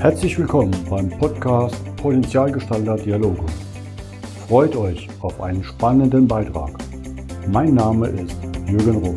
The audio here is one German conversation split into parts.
Herzlich willkommen beim Podcast Potenzialgestalter Dialoge. Freut euch auf einen spannenden Beitrag. Mein Name ist Jürgen Ruf.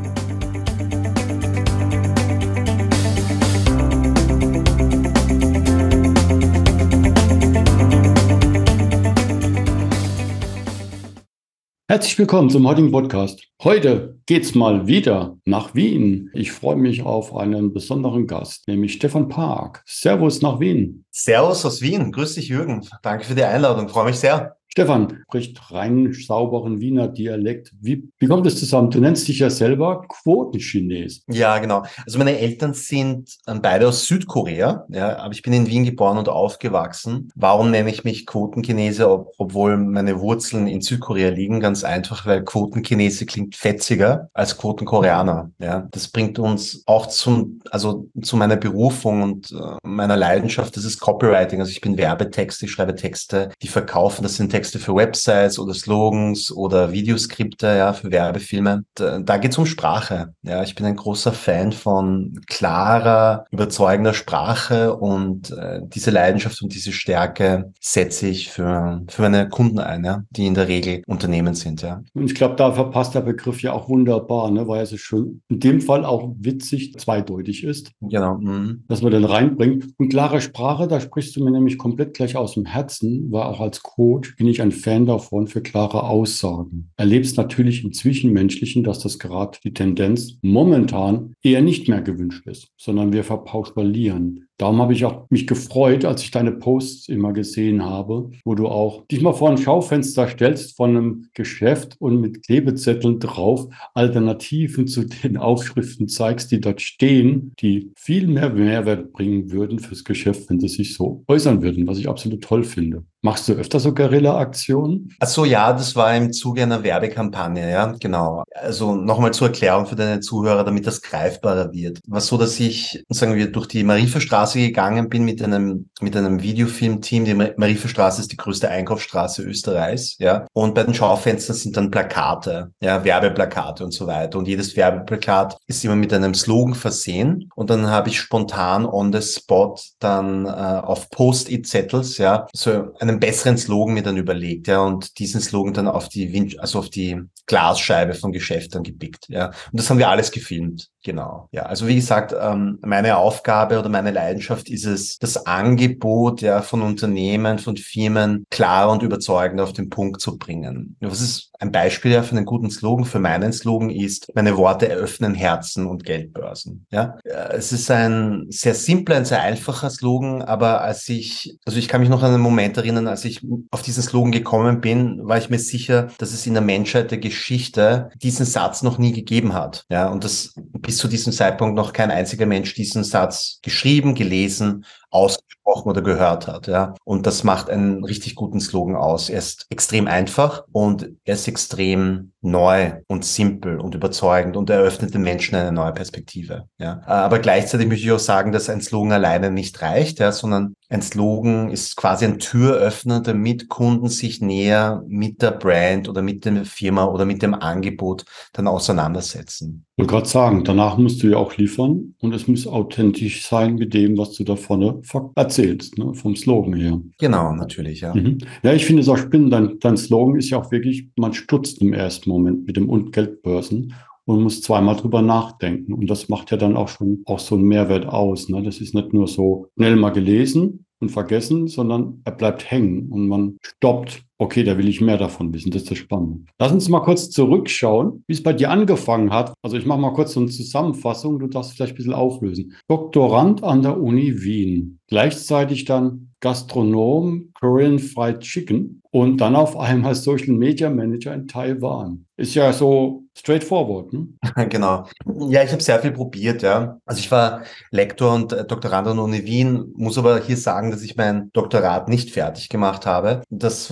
Herzlich willkommen zum heutigen Podcast. Heute geht's mal wieder nach Wien. Ich freue mich auf einen besonderen Gast, nämlich Stefan Park. Servus nach Wien. Servus aus Wien. Grüß dich, Jürgen. Danke für die Einladung. Freue mich sehr. Stefan spricht rein sauberen Wiener Dialekt. Wie kommt es zusammen? Du nennst dich ja selber Quotenchines. Ja, genau. Also meine Eltern sind beide aus Südkorea, ja, aber ich bin in Wien geboren und aufgewachsen. Warum nenne ich mich Quotenchinese, obwohl meine Wurzeln in Südkorea liegen? Ganz einfach, weil Quotenchinese klingt fetziger als Quotenkoreaner. Ja, das bringt uns auch zu meiner Berufung und meiner Leidenschaft. Das ist Copywriting. Also ich bin Werbetexte, ich schreibe Texte, die verkaufen. Das sind Texte für Websites oder Slogans oder Videoskripte, ja, für Werbefilme. Da geht es um Sprache. Ja, ich bin ein großer Fan von klarer, überzeugender Sprache und diese Leidenschaft und diese Stärke setze ich für meine Kunden ein, ja, die in der Regel Unternehmen sind, ja. Und ich glaube, da verpasst der Begriff ja auch wunderbar, ne, weil es schon in dem Fall auch witzig zweideutig ist. Genau. Mhm. Dass man den reinbringt. Und klare Sprache, da sprichst du mir nämlich komplett gleich aus dem Herzen, weil auch als Coach bin ich ein Fan davon für klare Aussagen. Erlebst natürlich im Zwischenmenschlichen, dass das gerade die Tendenz momentan eher nicht mehr gewünscht ist, sondern wir verpauschalieren. Darum habe ich auch mich gefreut, als ich deine Posts immer gesehen habe, wo du auch dich mal vor ein Schaufenster stellst von einem Geschäft und mit Klebezetteln drauf Alternativen zu den Aufschriften zeigst, die dort stehen, die viel mehr Mehrwert bringen würden fürs Geschäft, wenn sie sich so äußern würden, was ich absolut toll finde. Machst du öfter so Guerilla-Aktionen? Ach so, ja, das war im Zuge einer Werbekampagne, ja, genau. Also nochmal zur Erklärung für deine Zuhörer, damit das greifbarer wird. War so, dass ich, sagen wir, durch die Marienstraße gegangen bin mit einem Videofilmteam. Die Marienstraße ist die größte Einkaufsstraße Österreichs, ja. Und bei den Schaufenstern sind dann Plakate, ja, Werbeplakate und so weiter. Und jedes Werbeplakat ist immer mit einem Slogan versehen. Und dann habe ich spontan on the spot dann auf Post-it-Zettels, ja, so einen besseren Slogan mir dann überlegt, ja, und diesen Slogan dann auf die Glasscheibe von Geschäften gepickt, ja. Und das haben wir alles gefilmt, genau. Ja, also wie gesagt, meine Aufgabe oder meine Leidenschaft ist es, das Angebot, ja, von Unternehmen, von Firmen klar und überzeugend auf den Punkt zu bringen. Was ist ein Beispiel ja für einen guten Slogan? Für meinen Slogan ist: Meine Worte eröffnen Herzen und Geldbörsen, ja. Es ist ein sehr simpler, ein sehr einfacher Slogan, aber ich kann mich noch an einen Moment erinnern, als ich auf diesen Slogan gekommen bin, war ich mir sicher, dass es in der Menschheit der Geschichte diesen Satz noch nie gegeben hat. Ja, und dass bis zu diesem Zeitpunkt noch kein einziger Mensch diesen Satz geschrieben, gelesen, ausgesprochen oder gehört hat. Ja, und das macht einen richtig guten Slogan aus. Er ist extrem einfach und er ist extrem neu und simpel und überzeugend und eröffnet den Menschen eine neue Perspektive. Ja, aber gleichzeitig möchte ich auch sagen, dass ein Slogan alleine nicht reicht, ja, sondern ein Slogan ist quasi ein Türöffner, damit Kunden sich näher mit der Brand oder mit der Firma oder mit dem Angebot dann auseinandersetzen. Ich wollte gerade sagen, danach musst du ja auch liefern und es muss authentisch sein mit dem, was du da vorne erzählst, ne, vom Slogan her. Genau, natürlich, ja. Ja, ich finde es auch spannend. Dein Slogan ist ja auch wirklich, man stutzt im ersten Moment mit dem und Geldbörsen und muss zweimal drüber nachdenken. Und das macht ja dann auch schon so einen Mehrwert aus. Ne? Das ist nicht nur so schnell mal gelesen und vergessen, sondern er bleibt hängen und man stoppt. Okay, da will ich mehr davon wissen. Das ist das Spannende. Lass uns mal kurz zurückschauen, wie es bei dir angefangen hat. Also ich mache mal kurz so eine Zusammenfassung. Du darfst vielleicht ein bisschen auflösen. Doktorand an der Uni Wien. Gleichzeitig dann Gastronom, Korean Fried Chicken und dann auf einmal Social Media Manager in Taiwan. Ist ja so straightforward, ne? Genau. Ja, ich habe sehr viel probiert, ja. Also ich war Lektor und Doktorand an der Uni Wien, muss aber hier sagen, dass ich mein Doktorat nicht fertig gemacht habe.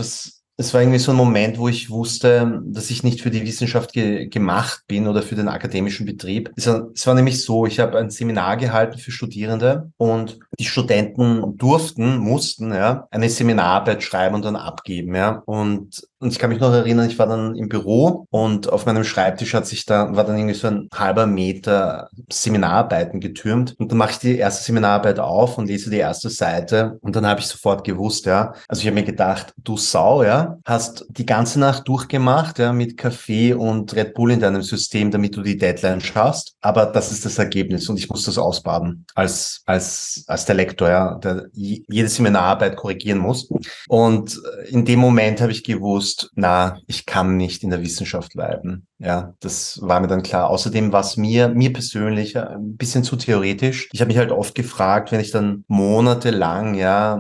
Es war irgendwie so ein Moment, wo ich wusste, dass ich nicht für die Wissenschaft gemacht bin oder für den akademischen Betrieb. Es war nämlich so, ich habe ein Seminar gehalten für Studierende und die Studenten mussten, ja, eine Seminararbeit schreiben und dann abgeben, ja. Und Und ich kann mich noch erinnern, ich war dann im Büro und auf meinem Schreibtisch war dann irgendwie so ein halber Meter Seminararbeiten getürmt. Und dann mache ich die erste Seminararbeit auf und lese die erste Seite. Und dann habe ich sofort gewusst, ja. Also ich habe mir gedacht, du Sau, ja, hast die ganze Nacht durchgemacht, ja, mit Kaffee und Red Bull in deinem System, damit du die Deadline schaffst. Aber das ist das Ergebnis und ich muss das ausbaden als der Lektor, ja, der jede Seminararbeit korrigieren muss. Und in dem Moment habe ich gewusst, na, ich kann nicht in der Wissenschaft bleiben. Ja, das war mir dann klar. Außerdem war es mir persönlich ein bisschen zu theoretisch. Ich habe mich halt oft gefragt, wenn ich dann monatelang, ja,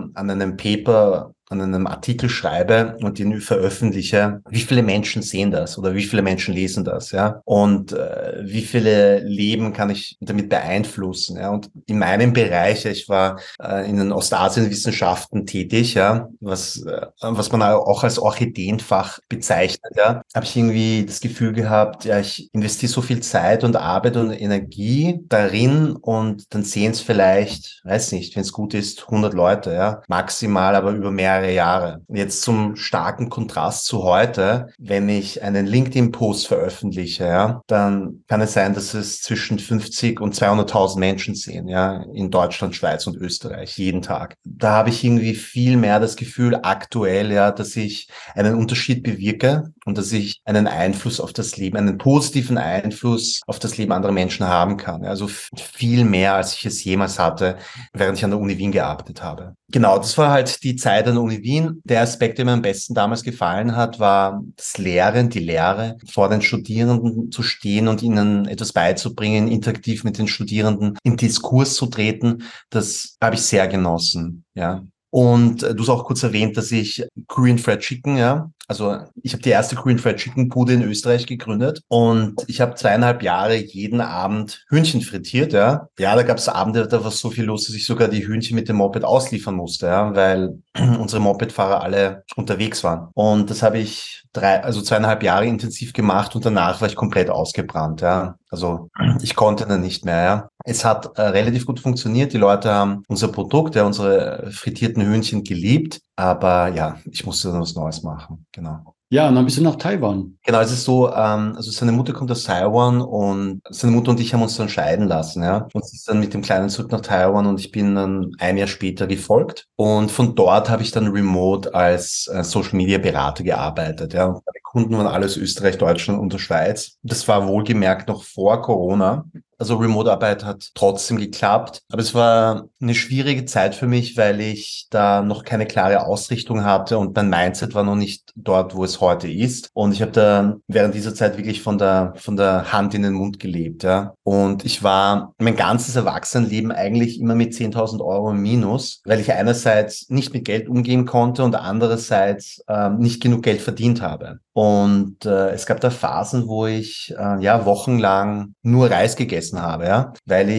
an einem Artikel schreibe und den veröffentliche, wie viele Menschen sehen das oder wie viele Menschen lesen das, ja? Und wie viele Leben kann ich damit beeinflussen, ja? Und in meinem Bereich, ja, ich war in den Ostasienwissenschaften tätig, ja, was man auch als Orchideenfach bezeichnet, ja, habe ich irgendwie das Gefühl gehabt, ja, ich investiere so viel Zeit und Arbeit und Energie darin und dann sehen es vielleicht, weiß nicht, wenn es gut ist, 100 Leute, ja, maximal, aber über mehrere Jahre. Und jetzt zum starken Kontrast zu heute, wenn ich einen LinkedIn-Post veröffentliche, ja, dann kann es sein, dass es zwischen 50 und 200.000 Menschen sehen, ja, in Deutschland, Schweiz und Österreich, jeden Tag. Da habe ich irgendwie viel mehr das Gefühl aktuell, ja, dass ich einen Unterschied bewirke und dass ich einen Einfluss auf das Leben, einen positiven Einfluss auf das Leben anderer Menschen haben kann. Also viel mehr, als ich es jemals hatte, während ich an der Uni Wien gearbeitet habe. Genau, das war halt die Zeit an der Uni Wien. Der Aspekt, der mir am besten damals gefallen hat, war das Lehren, die Lehre, vor den Studierenden zu stehen und ihnen etwas beizubringen, interaktiv mit den Studierenden in Diskurs zu treten. Das habe ich sehr genossen, ja. Und du hast auch kurz erwähnt, dass ich Korean Fried Chicken, ja, also ich habe die erste Korean Fried Chicken Bude in Österreich gegründet und ich habe 2,5 Jahre jeden Abend Hühnchen frittiert, ja. Ja, da gab es Abende, da war so viel los, dass ich sogar die Hühnchen mit dem Moped ausliefern musste, ja, weil unsere Mopedfahrer alle unterwegs waren. Und das habe ich 2,5 Jahre intensiv gemacht und danach war ich komplett ausgebrannt, ja. Also ich konnte dann nicht mehr, ja. Es hat relativ gut funktioniert. Die Leute haben unser Produkt, ja, unsere frittierten Hühnchen geliebt. Aber ja, ich musste dann was Neues machen. Genau. Ja, und dann bist du nach Taiwan. Genau, es ist so, also seine Mutter kommt aus Taiwan und seine Mutter und ich haben uns dann scheiden lassen, ja. Und sie ist dann mit dem Kleinen zurück nach Taiwan und ich bin dann ein Jahr später gefolgt. Und von dort habe ich dann remote als Social Media Berater gearbeitet, ja. Und meine Kunden waren alles Österreich, Deutschland und der Schweiz. Das war wohlgemerkt noch vor Corona. Also Remote-Arbeit hat trotzdem geklappt, aber es war eine schwierige Zeit für mich, weil ich da noch keine klare Ausrichtung hatte und mein Mindset war noch nicht dort, wo es heute ist. Und ich habe da während dieser Zeit wirklich von der Hand in den Mund gelebt, ja. Und ich war mein ganzes Erwachsenenleben eigentlich immer mit 10.000 Euro im Minus, weil ich einerseits nicht mit Geld umgehen konnte und andererseits nicht genug Geld verdient habe. Und es gab da Phasen, wo ich wochenlang nur Reis gegessen habe, ja,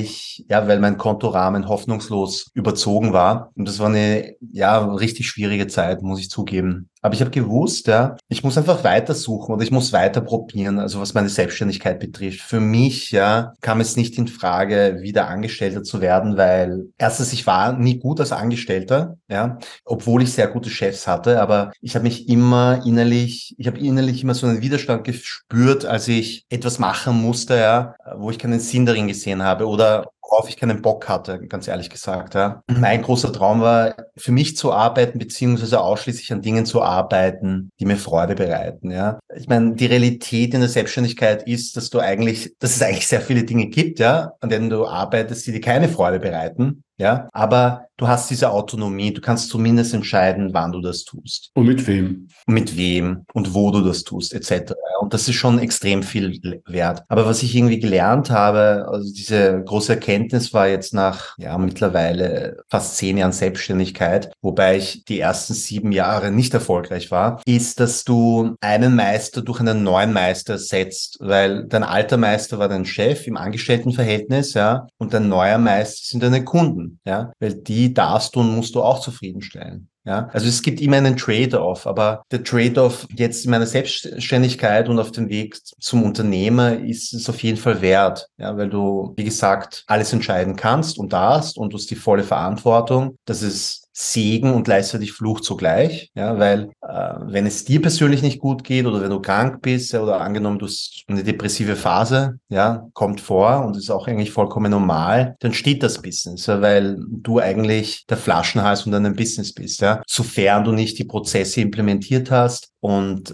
weil mein Kontorahmen hoffnungslos überzogen war. Und das war eine richtig schwierige Zeit, muss ich zugeben. Aber ich habe gewusst, ja, ich muss einfach weitersuchen oder ich muss weiter probieren, also was meine Selbstständigkeit betrifft. Für mich, ja, kam es nicht in Frage, wieder Angestellter zu werden, weil erstens, ich war nie gut als Angestellter, ja, obwohl ich sehr gute Chefs hatte, aber ich habe innerlich immer so einen Widerstand gespürt, als ich etwas machen musste, ja, wo ich keinen Sinn darin gesehen habe oder worauf ich keinen Bock hatte, ganz ehrlich gesagt. Ja. Mein großer Traum war, für mich zu arbeiten, beziehungsweise ausschließlich an Dingen zu arbeiten, die mir Freude bereiten. Ja. Ich meine, die Realität in der Selbstständigkeit ist, dass es eigentlich sehr viele Dinge gibt, ja, an denen du arbeitest, die dir keine Freude bereiten. Ja, aber du hast diese Autonomie, du kannst zumindest entscheiden, wann du das tust. Und mit wem? Mit wem und wo du das tust, etc. Und das ist schon extrem viel wert. Aber was ich irgendwie gelernt habe, also diese große Erkenntnis war jetzt nach mittlerweile fast 10 Jahren Selbstständigkeit, wobei ich die ersten 7 Jahre nicht erfolgreich war, ist, dass du einen Meister durch einen neuen Meister ersetzt, weil dein alter Meister war dein Chef im Angestelltenverhältnis, ja, und dein neuer Meister sind deine Kunden. Ja, weil die darfst du und musst du auch zufriedenstellen. Ja, also es gibt immer einen Trade-off, aber der Trade-off jetzt in meiner Selbstständigkeit und auf dem Weg zum Unternehmer ist es auf jeden Fall wert. Ja, weil du, wie gesagt, alles entscheiden kannst und darfst und du hast die volle Verantwortung. Das ist Segen und gleichzeitig Fluch zugleich, ja, weil wenn es dir persönlich nicht gut geht oder wenn du krank bist, ja, oder angenommen, du hast eine depressive Phase, ja, kommt vor und ist auch eigentlich vollkommen normal, dann steht das Business, ja, weil du eigentlich der Flaschenhals von deinem Business bist, ja, sofern du nicht die Prozesse implementiert hast und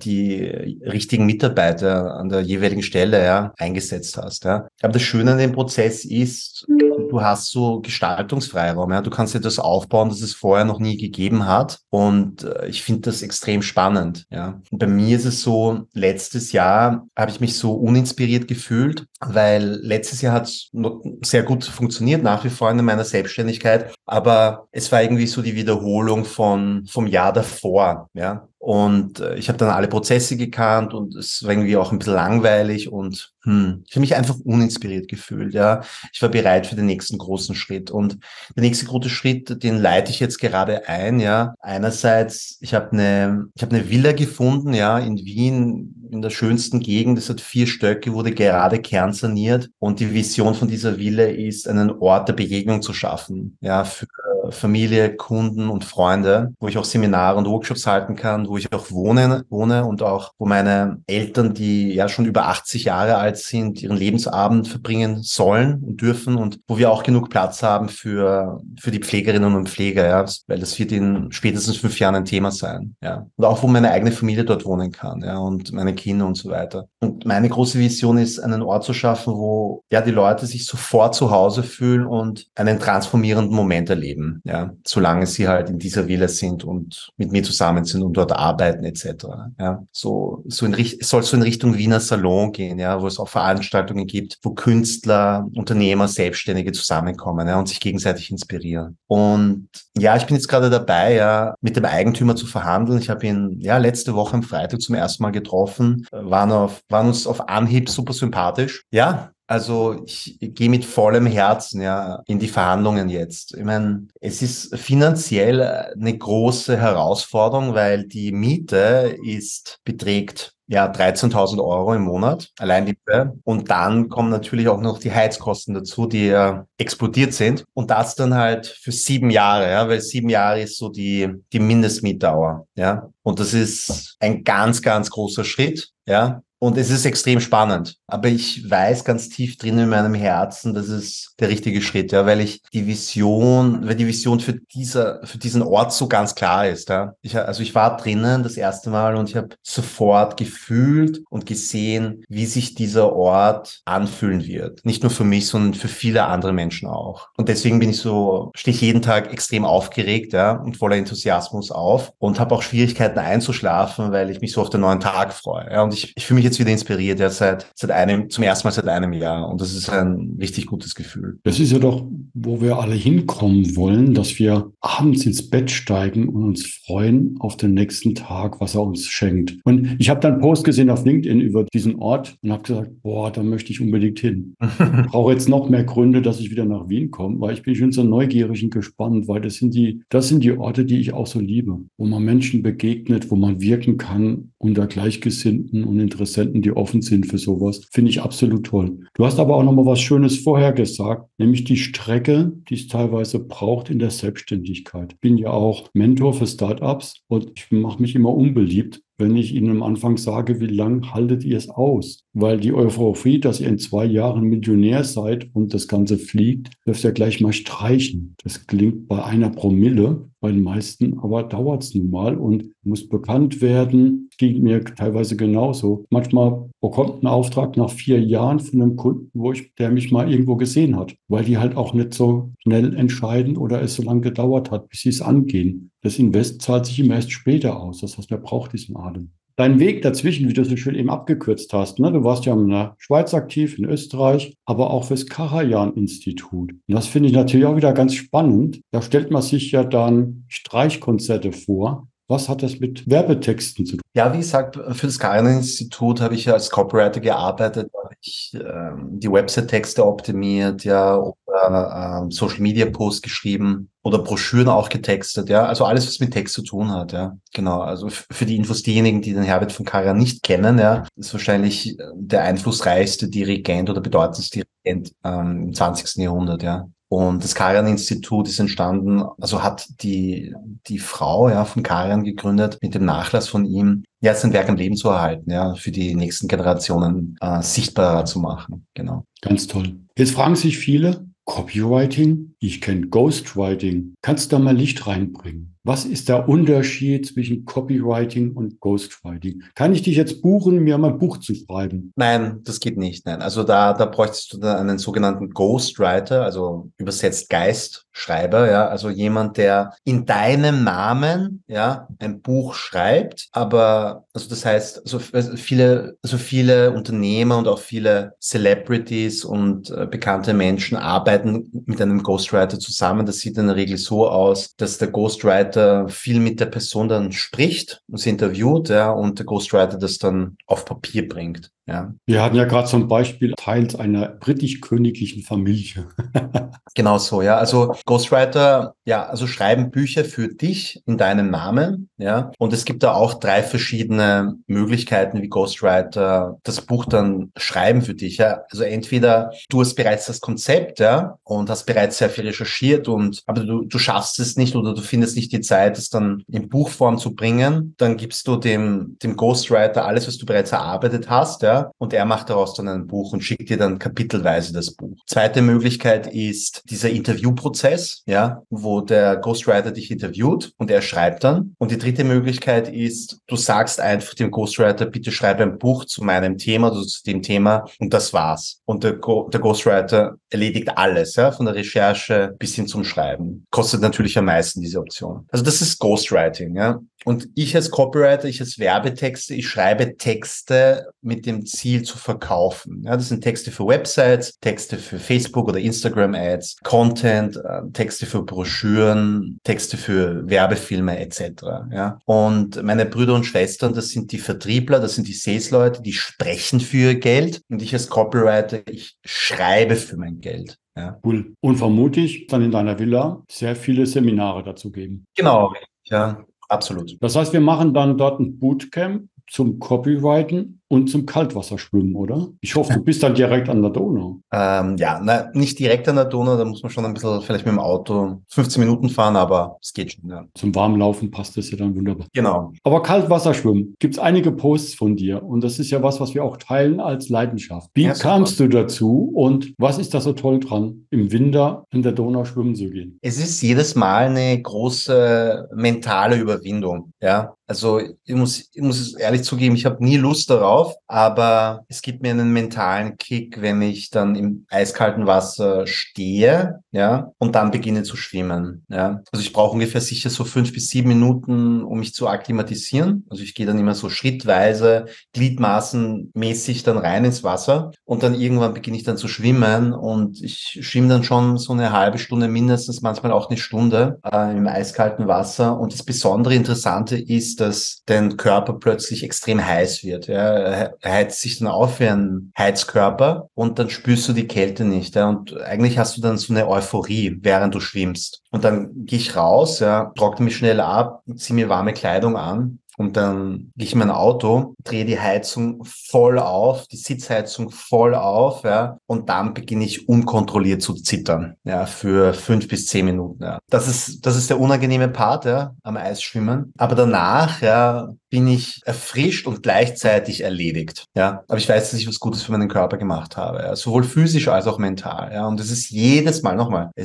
die richtigen Mitarbeiter an der jeweiligen Stelle, ja, eingesetzt hast, ja. Aber das Schöne an dem Prozess ist, du hast so Gestaltungsfreiraum, ja. Du kannst etwas aufbauen, das es vorher noch nie gegeben hat. Und ich finde das extrem spannend, ja. Und bei mir ist es so, letztes Jahr habe ich mich so uninspiriert gefühlt, weil letztes Jahr hat es sehr gut funktioniert, nach wie vor in meiner Selbstständigkeit. Aber es war irgendwie so die Wiederholung vom Jahr davor, ja. Und ich habe dann alle Prozesse gekannt und es war irgendwie auch ein bisschen langweilig und ich habe mich einfach uninspiriert gefühlt, ja. Ich war bereit für den nächsten großen Schritt. Und der nächste große Schritt, den leite ich jetzt gerade ein, ja. Einerseits, ich habe eine Villa gefunden, ja, in Wien, in der schönsten Gegend. Es hat 4 Stöcke, wurde gerade kernsaniert. Und die Vision von dieser Villa ist, einen Ort der Begegnung zu schaffen, ja, für Familie, Kunden und Freunde, wo ich auch Seminare und Workshops halten kann, wo ich auch wohne und auch, wo meine Eltern, die ja schon über 80 Jahre alt sind, ihren Lebensabend verbringen sollen und dürfen und wo wir auch genug Platz haben für die Pflegerinnen und Pfleger, ja, weil das wird in spätestens 5 Jahren ein Thema sein, ja. Und auch, wo meine eigene Familie dort wohnen kann, ja, und meine Kinder und so weiter. Und meine große Vision ist, einen Ort zu schaffen, wo, ja, die Leute sich sofort zu Hause fühlen und einen transformierenden Moment erleben, ja, solange sie halt in dieser Villa sind und mit mir zusammen sind und dort arbeiten etc. Ja, es soll so in Richtung Wiener Salon gehen, ja, wo es auch Veranstaltungen gibt, wo Künstler, Unternehmer, Selbstständige zusammenkommen, ja, und sich gegenseitig inspirieren. Und ja, ich bin jetzt gerade dabei, ja, mit dem Eigentümer zu verhandeln. Ich habe ihn ja letzte Woche am Freitag zum ersten Mal getroffen, waren uns auf Anhieb super sympathisch. Ja. Also ich gehe mit vollem Herzen ja in die Verhandlungen jetzt. Ich meine, es ist finanziell eine große Herausforderung, weil die Miete beträgt ja 13.000 Euro im Monat, allein die Miete. Und dann kommen natürlich auch noch die Heizkosten dazu, die ja explodiert sind. Und das dann halt für 7 Jahre, ja, weil 7 Jahre ist so die Mindestmietdauer, ja. Und das ist ein ganz, ganz großer Schritt, ja. Und es ist extrem spannend. Aber ich weiß ganz tief drin in meinem Herzen, das ist der richtige Schritt, ja, weil die Vision für diesen Ort so ganz klar ist, ja. Ich war drinnen das erste Mal und ich habe sofort gefühlt und gesehen, wie sich dieser Ort anfühlen wird. Nicht nur für mich, sondern für viele andere Menschen auch. Und deswegen stehe ich jeden Tag extrem aufgeregt, ja, und voller Enthusiasmus auf und habe auch Schwierigkeiten einzuschlafen, weil ich mich so auf den neuen Tag freue. Ja, und ich fühle mich jetzt wieder inspiriert, ja, zum ersten Mal seit einem Jahr. Und das ist ein richtig gutes Gefühl. Das ist ja doch, wo wir alle hinkommen wollen, dass wir abends ins Bett steigen und uns freuen auf den nächsten Tag, was er uns schenkt. Und ich habe dann einen Post gesehen auf LinkedIn über diesen Ort und habe gesagt, boah, da möchte ich unbedingt hin. Ich brauche jetzt noch mehr Gründe, dass ich wieder nach Wien komme, weil ich bin schon so neugierig und gespannt, weil das sind die Orte, die ich auch so liebe, wo man Menschen begegnet, wo man wirken kann unter Gleichgesinnten und Interessenten, die offen sind für sowas. Finde ich absolut toll. Du hast aber auch noch mal was Schönes vorher gesagt, nämlich die Strecke, die es teilweise braucht in der Selbstständigkeit. Ich bin ja auch Mentor für Startups und ich mache mich immer unbeliebt, wenn ich Ihnen am Anfang sage, wie lang haltet ihr es aus? Weil die Euphorie, dass ihr in 2 Jahren Millionär seid und das Ganze fliegt, dürft ihr gleich mal streichen. Das klingt bei 1 Promille, bei den meisten, aber dauert es nun mal und muss bekannt werden. Ging mir teilweise genauso. Manchmal bekommt ein Auftrag nach 4 Jahren von einem Kunden, der mich mal irgendwo gesehen hat, weil die halt auch nicht so schnell entscheiden oder es so lange gedauert hat, bis sie es angehen. Das Invest zahlt sich immer erst später aus. Das heißt, man braucht diesen Atem. Dein Weg dazwischen, wie du so schön eben abgekürzt hast, ne? Du warst ja in der Schweiz aktiv, in Österreich, aber auch fürs Karajan-Institut. Und das finde ich natürlich auch wieder ganz spannend. Da stellt man sich ja dann Streichkonzerte vor. Was hat das mit Werbetexten zu tun? Ja, wie gesagt, für das Karajan-Institut habe ich ja als Copywriter gearbeitet, habe ich die Website-Texte optimiert, ja, oder Social-Media-Posts geschrieben oder Broschüren auch getextet, ja, also alles, was mit Text zu tun hat, ja, genau. Also für die Infos, diejenigen, die den Herbert von Karajan nicht kennen, ja, ist wahrscheinlich der einflussreichste Dirigent oder bedeutendste Dirigent im 20. Jahrhundert, ja. Und das Karian-Institut ist entstanden, also hat die Frau, ja, von Karian gegründet, mit dem Nachlass von ihm, ja, sein Werk am Leben zu erhalten, ja, für die nächsten Generationen sichtbarer zu machen. Genau. Ganz toll. Jetzt fragen sich viele, Copywriting? Ich kenne Ghostwriting. Kannst du da mal Licht reinbringen? Was ist der Unterschied zwischen Copywriting und Ghostwriting? Kann ich dich jetzt buchen, mir mal ein Buch zu schreiben? Nein, das geht nicht. Nein, also da bräuchtest du dann einen sogenannten Ghostwriter, also übersetzt Geistschreiber, ja, also jemand, der in deinem Namen, ja, ein Buch schreibt, aber, also das heißt, viele Unternehmer und auch viele Celebrities und bekannte Menschen arbeiten mit einem Ghostwriter zusammen. Das sieht in der Regel so aus, dass der Ghostwriter viel mit der Person dann spricht und sie interviewt, ja, und der Ghostwriter das dann auf Papier bringt, ja. Wir hatten ja gerade zum Beispiel Teils einer britisch-königlichen Familie. Genau so, ja. Also Ghostwriter, ja, also schreiben Bücher für dich in deinem Namen, ja. Und es gibt da auch 3 verschiedene Möglichkeiten, wie Ghostwriter das Buch dann schreiben für dich, ja. Also entweder du hast bereits das Konzept, ja, und hast bereits sehr viel recherchiert aber du schaffst es nicht oder du findest nicht die Zeit, es dann in Buchform zu bringen, dann gibst du dem Ghostwriter alles, was du bereits erarbeitet hast, ja, und er macht daraus dann ein Buch und schickt dir dann kapitelweise das Buch. Zweite Möglichkeit ist dieser Interviewprozess, ja, wo der Ghostwriter dich interviewt und er schreibt dann. Und die dritte Möglichkeit ist, du sagst einfach dem Ghostwriter, bitte schreibe ein Buch zu meinem Thema, also zu dem Thema, und das war's. Und der Ghostwriter erledigt alles, ja, von der Recherche bis hin zum Schreiben. Kostet natürlich am meisten diese Option. Also das ist Ghostwriting, ja. Und ich als Copywriter, ich als Werbetexte, ich schreibe Texte mit dem Ziel zu verkaufen. Ja, das sind Texte für Websites, Texte für Facebook oder Instagram Ads, Content, Texte für Broschüren, Texte für Werbefilme etc. Ja, und meine Brüder und Schwestern, das sind die Vertriebler, das sind die Sales-Leute, die sprechen für ihr Geld. Und ich als Copywriter, ich schreibe für mein Geld. Ja. Cool. Und vermutlich dann in deiner Villa sehr viele Seminare dazu geben. Genau, ja. Absolut. Das heißt, wir machen dann dort ein Bootcamp zum Copywriting und zum Kaltwasserschwimmen, oder? Ich hoffe, du bist dann direkt an der Donau. Nicht direkt an der Donau, da muss man schon ein bisschen vielleicht mit dem Auto 15 Minuten fahren, aber es geht schon, ja. Zum Warmlaufen passt das ja dann wunderbar. Genau. Aber Kaltwasserschwimmen, gibt es einige Posts von dir und das ist ja was wir auch teilen als Leidenschaft. Wie kamst du dazu und was ist da so toll dran, im Winter in der Donau schwimmen zu gehen? Es ist jedes Mal eine große mentale Überwindung, ja. Also ich muss ehrlich zugeben, ich habe nie Lust darauf, aber es gibt mir einen mentalen Kick, wenn ich dann im eiskalten Wasser stehe, ja, und dann beginne zu schwimmen, ja. Also ich brauche ungefähr sicher so 5 bis 7 Minuten, um mich zu akklimatisieren. Also ich gehe dann immer so schrittweise, gliedmaßenmäßig dann rein ins Wasser und dann irgendwann beginne ich dann zu schwimmen und ich schwimme dann schon so eine halbe Stunde mindestens, manchmal auch eine Stunde im eiskalten Wasser. Und das besondere Interessante ist, dass dein Körper plötzlich extrem heiß wird. Ja. Er heizt sich dann auf wie ein Heizkörper und dann spürst du die Kälte nicht. Ja. Und eigentlich hast du dann so eine Euphorie, während du schwimmst. Und dann gehe ich raus, ja, trockne mich schnell ab, ziehe mir warme Kleidung an. Und dann gehe ich in mein Auto, drehe die Heizung voll auf, die Sitzheizung voll auf, ja, und dann beginne ich unkontrolliert zu zittern, ja, für 5 bis 10 Minuten, ja. Das ist der unangenehme Part, ja, am Eisschwimmen. Aber danach, ja, bin ich erfrischt und gleichzeitig erledigt, ja. Aber ich weiß, dass ich was Gutes für meinen Körper gemacht habe, ja, sowohl physisch als auch mental, ja. Und es ist jedes Mal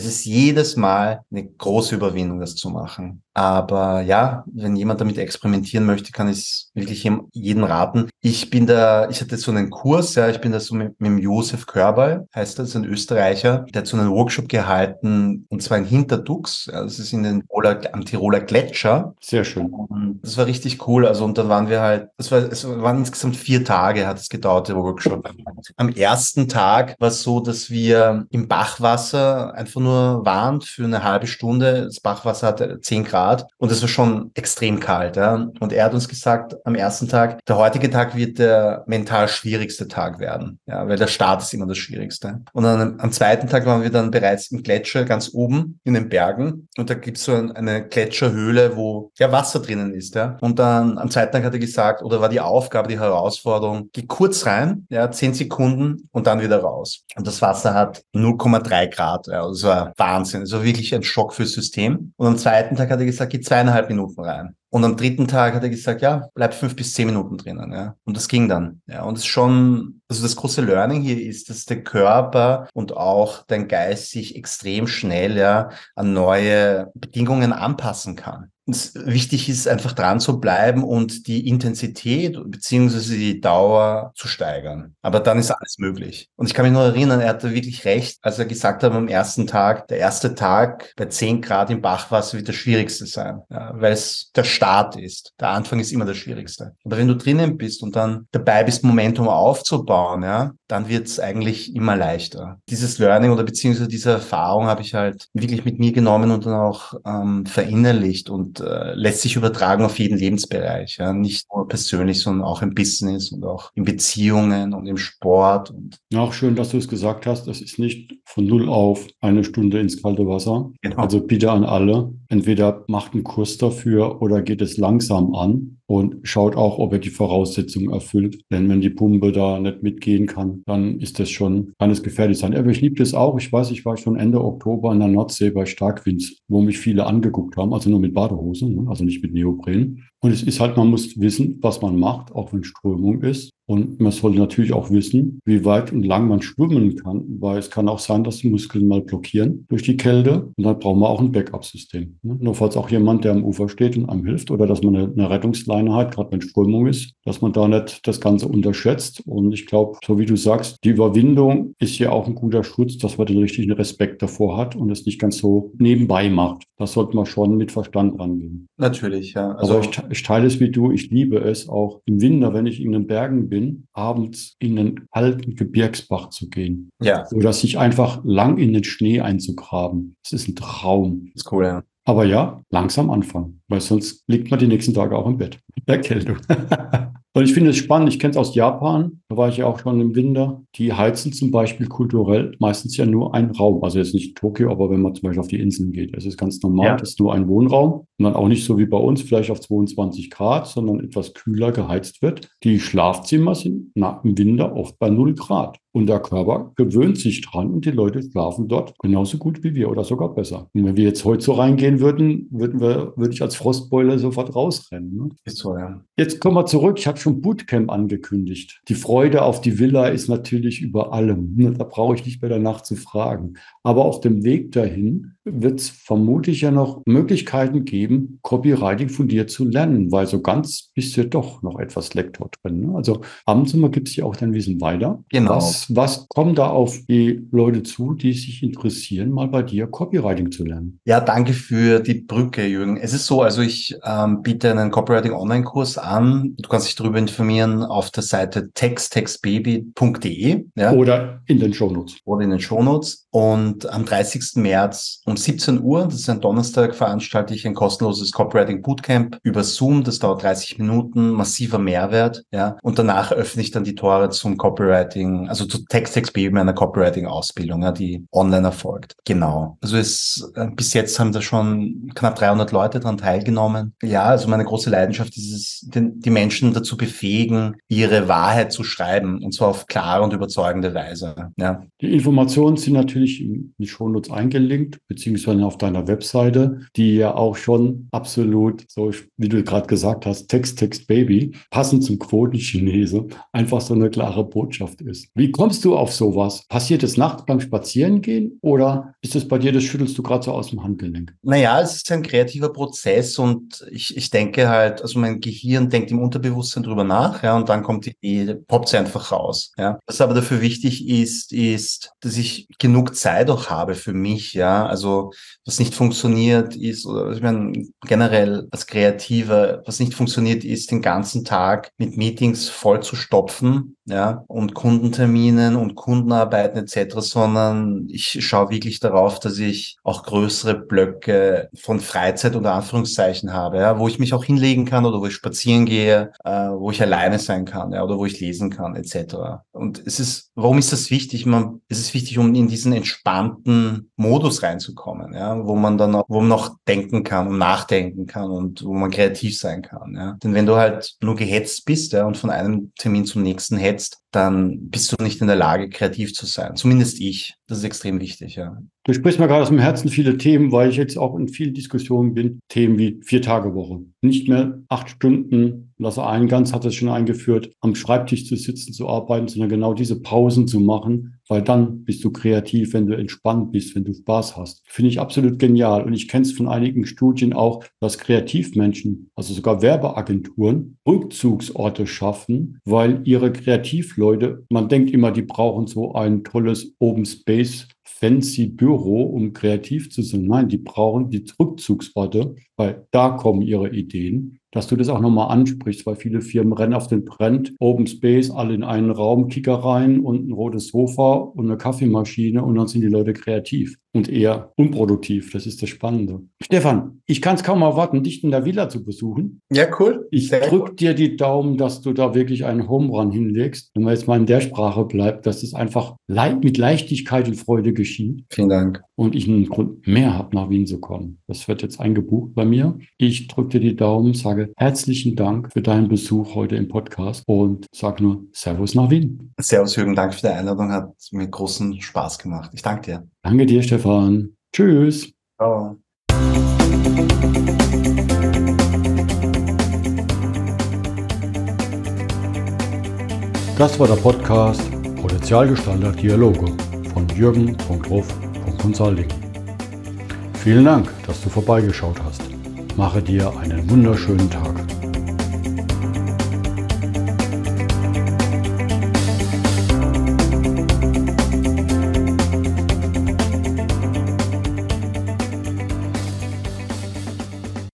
eine große Überwindung, das zu machen. Aber ja, wenn jemand damit experimentieren möchte, kann ich es wirklich jedem raten. Ich hatte so einen Kurs, ja, ich bin da so mit dem Josef Körbel, heißt das, ein Österreicher, der hat so einen Workshop gehalten, und zwar in Hinterdux, ja, das ist am Tiroler Gletscher. Sehr schön. Und das war richtig cool, also, und dann waren wir halt, es waren insgesamt 4 Tage, hat es gedauert, der Workshop. Am ersten Tag war es so, dass wir im Bachwasser einfach nur waren für eine halbe Stunde. Das Bachwasser hatte 10 Grad. Und es war schon extrem kalt. Ja? Und er hat uns gesagt, am ersten Tag, der heutige Tag wird der mental schwierigste Tag werden. Ja, weil der Start ist immer das Schwierigste. Und dann am zweiten Tag waren wir dann bereits im Gletscher ganz oben in den Bergen. Und da gibt es so eine Gletscherhöhle, wo ja Wasser drinnen ist. Ja? Und dann am zweiten Tag hat er gesagt, oder war die Aufgabe, die Herausforderung, geh kurz rein, ja, 10 Sekunden und dann wieder raus. Und das Wasser hat 0,3 Grad, ja, das war Wahnsinn. Das war wirklich ein Schock fürs System. Und am zweiten Tag hat er gesagt, geh 2,5 Minuten rein. Und am dritten Tag hat er gesagt, ja, bleib 5 bis 10 Minuten drinnen, ja. Und das ging dann, ja. Und es ist schon, also das große Learning hier ist, dass der Körper und auch dein Geist sich extrem schnell, ja, an neue Bedingungen anpassen kann. Wichtig ist einfach dran zu bleiben und die Intensität beziehungsweise die Dauer zu steigern. Aber dann ist alles möglich. Und ich kann mich noch erinnern, er hatte wirklich recht, als er gesagt hat am ersten Tag, der erste Tag bei 10 Grad im Bachwasser wird der schwierigste sein, ja, weil es der Start ist. Der Anfang ist immer der schwierigste. Aber wenn du drinnen bist und dann dabei bist, Momentum aufzubauen, ja, dann wird es eigentlich immer leichter. Dieses Learning oder beziehungsweise diese Erfahrung habe ich halt wirklich mit mir genommen und dann auch verinnerlicht und lässt sich übertragen auf jeden Lebensbereich. Ja? Nicht nur persönlich, sondern auch im Business und auch in Beziehungen und im Sport. Und Ja, auch schön, dass du es gesagt hast. Es ist nicht von 0 auf 1 Stunde ins kalte Wasser. genau. Also bitte an alle, entweder macht einen Kurs dafür oder geht es langsam an und schaut auch, ob er die Voraussetzungen erfüllt. Denn wenn die Pumpe da nicht mitgehen kann, dann ist das schon, kann es gefährlich sein. Aber ich liebe das auch. Ich weiß, ich war schon Ende Oktober in der Nordsee bei Starkwind, wo mich viele angeguckt haben, also nur mit Badehose, ne? Also nicht mit Neopren. Und es ist halt, man muss wissen, was man macht, auch wenn Strömung ist. Und man sollte natürlich auch wissen, wie weit und lang man schwimmen kann, weil es kann auch sein, dass die Muskeln mal blockieren durch die Kälte. Und dann brauchen wir auch ein Backup-System. Ne? Nur falls auch jemand, der am Ufer steht und einem hilft oder dass man eine Rettungsleine hat, gerade wenn Strömung ist, dass man da nicht das Ganze unterschätzt. Und ich glaube, so wie du sagst, die Überwindung ist ja auch ein guter Schutz, dass man den richtigen Respekt davor hat und es nicht ganz so nebenbei macht. Das sollte man schon mit Verstand rangehen. Natürlich, ja. Aber ich teile es wie du. Ich liebe es auch im Winter, wenn ich in den Bergen bin, abends in einen kalten Gebirgsbach zu gehen. Ja, Oder sich einfach lang in den Schnee einzugraben. Das ist ein Traum. ist cool, ja. Aber ja, langsam anfangen, weil sonst liegt man die nächsten Tage auch im Bett mit Erkältung. Und ich finde es spannend, ich kenne es aus Japan, da war ich ja auch schon im Winter. Die heizen zum Beispiel kulturell meistens ja nur einen Raum. Also jetzt nicht Tokio, aber wenn man zum Beispiel auf die Inseln geht, es ist ganz normal, Ja. das ist nur ein Wohnraum. Und dann auch nicht so wie bei uns, vielleicht auf 22 Grad, sondern etwas kühler geheizt wird. Die Schlafzimmer sind im Winter oft bei 0 Grad. Und der Körper gewöhnt sich dran und die Leute schlafen dort genauso gut wie wir oder sogar besser. Und wenn wir jetzt heute so reingehen würden, würde ich als Frostbeule sofort rausrennen. Ne? Ist so, ja. Jetzt kommen wir zurück. Ich habe schon Bootcamp angekündigt. Die Freude auf die Villa ist natürlich über allem. Ne? Da brauche ich nicht mehr danach zu fragen. Aber auf dem Weg dahin wird es vermutlich ja noch Möglichkeiten geben, Copywriting von dir zu lernen, weil so ganz bist du ja doch noch etwas Lektor drin. Ne? Also abends immer gibt es ja auch dein Wissen weiter. Genau. Was kommt da auf die Leute zu, die sich interessieren, mal bei dir Copywriting zu lernen? Ja, danke für die Brücke, Jürgen. Es ist so, also ich biete einen Copywriting-Online-Kurs an. Du kannst dich darüber informieren auf der Seite textbaby.de, ja, Oder in den Shownotes. oder in den Shownotes. Und am 30. März um 17 Uhr, das ist ein Donnerstag, veranstalte ich ein kostenloses Copywriting Bootcamp über Zoom. Das dauert 30 Minuten, massiver Mehrwert, ja. Und danach öffne ich dann die Tore zum Copywriting, also zu Baby, meiner Copywriting-Ausbildung, ja, die online erfolgt. Genau. Also bis jetzt haben da schon knapp 300 Leute daran teilgenommen. Ja, also meine große Leidenschaft ist es, die Menschen dazu befähigen, ihre Wahrheit zu schreiben, und zwar auf klare und überzeugende Weise. Ja. Die Informationen sind natürlich in die Shownotes eingelinkt, beziehungsweise auf deiner Webseite, die ja auch schon absolut, so wie du gerade gesagt hast, Text Baby, passend zum Quotenchinese, einfach so eine klare Botschaft ist. Wie kommst du auf sowas? Passiert es nachts beim Spazierengehen oder ist es bei dir, das schüttelst du gerade so aus dem Handgelenk? Naja, es ist ein kreativer Prozess und ich denke halt, also mein Gehirn denkt im Unterbewusstsein drüber nach, ja, und dann kommt die Idee, poppt sie einfach raus, ja. Was aber dafür wichtig ist, dass ich genug Zeit auch habe für mich, ja. Also, was nicht funktioniert ist, oder ich meine, generell als Kreativer, was nicht funktioniert ist, den ganzen Tag mit Meetings voll zu stopfen, ja, und Kundenterminen und Kundenarbeiten etc., sondern ich schaue wirklich darauf, dass ich auch größere Blöcke von Freizeit unter Anführungszeichen habe, ja, wo ich mich auch hinlegen kann oder wo ich spazieren gehe, wo ich alleine sein kann, ja, oder wo ich lesen kann etc. Und warum ist das wichtig? Es ist wichtig, um in diesen entspannten Modus reinzukommen, ja, wo man noch denken kann und nachdenken kann und wo man kreativ sein kann, ja. Denn wenn du halt nur gehetzt bist, ja, und von einem Termin zum nächsten hetzt, dann bist du nicht in der Lage, kreativ zu sein. Zumindest ich. Das ist extrem wichtig, ja. Du sprichst mir gerade aus dem Herzen viele Themen, weil ich jetzt auch in vielen Diskussionen bin. Themen wie 4-Tage-Woche. Nicht mehr 8 Stunden, Lasse Eingans hat das schon eingeführt, am Schreibtisch zu sitzen, zu arbeiten, sondern genau diese Pausen zu machen, weil dann bist du kreativ, wenn du entspannt bist, wenn du Spaß hast. Finde ich absolut genial. Und ich kenne es von einigen Studien auch, dass Kreativmenschen, also sogar Werbeagenturen, Rückzugsorte schaffen, weil ihre Kreativleute, man denkt immer, die brauchen so ein tolles Open Space, fancy Büro, um kreativ zu sein. Nein, die brauchen die Rückzugsorte, weil da kommen ihre Ideen. Dass du das auch nochmal ansprichst, weil viele Firmen rennen auf den Trend, Open Space, alle in einen Raum, Kicker rein und ein rotes Sofa und eine Kaffeemaschine und dann sind die Leute kreativ und eher unproduktiv. Das ist das Spannende. Stefan, ich kann es kaum erwarten, dich in der Villa zu besuchen. Ja, cool. Ich drücke dir die Daumen, dass du da wirklich einen Home Run hinlegst. Wenn man jetzt mal in der Sprache bleibt, dass es einfach mit Leichtigkeit und Freude geschieht. Vielen Dank. Und ich einen Grund mehr habe, nach Wien zu kommen. Das wird jetzt eingebucht bei mir. Ich drücke dir die Daumen, sage herzlichen Dank für deinen Besuch heute im Podcast und sage nur Servus nach Wien. Servus Jürgen, danke für die Einladung, hat mir großen Spaß gemacht. Ich danke dir. Danke dir, Stefan. Tschüss. Ciao. Das war der Podcast Potenzialgestalter Dialoge von jürgen.ruff.consulting. Vielen Dank, dass du vorbeigeschaut hast. Mache dir einen wunderschönen Tag.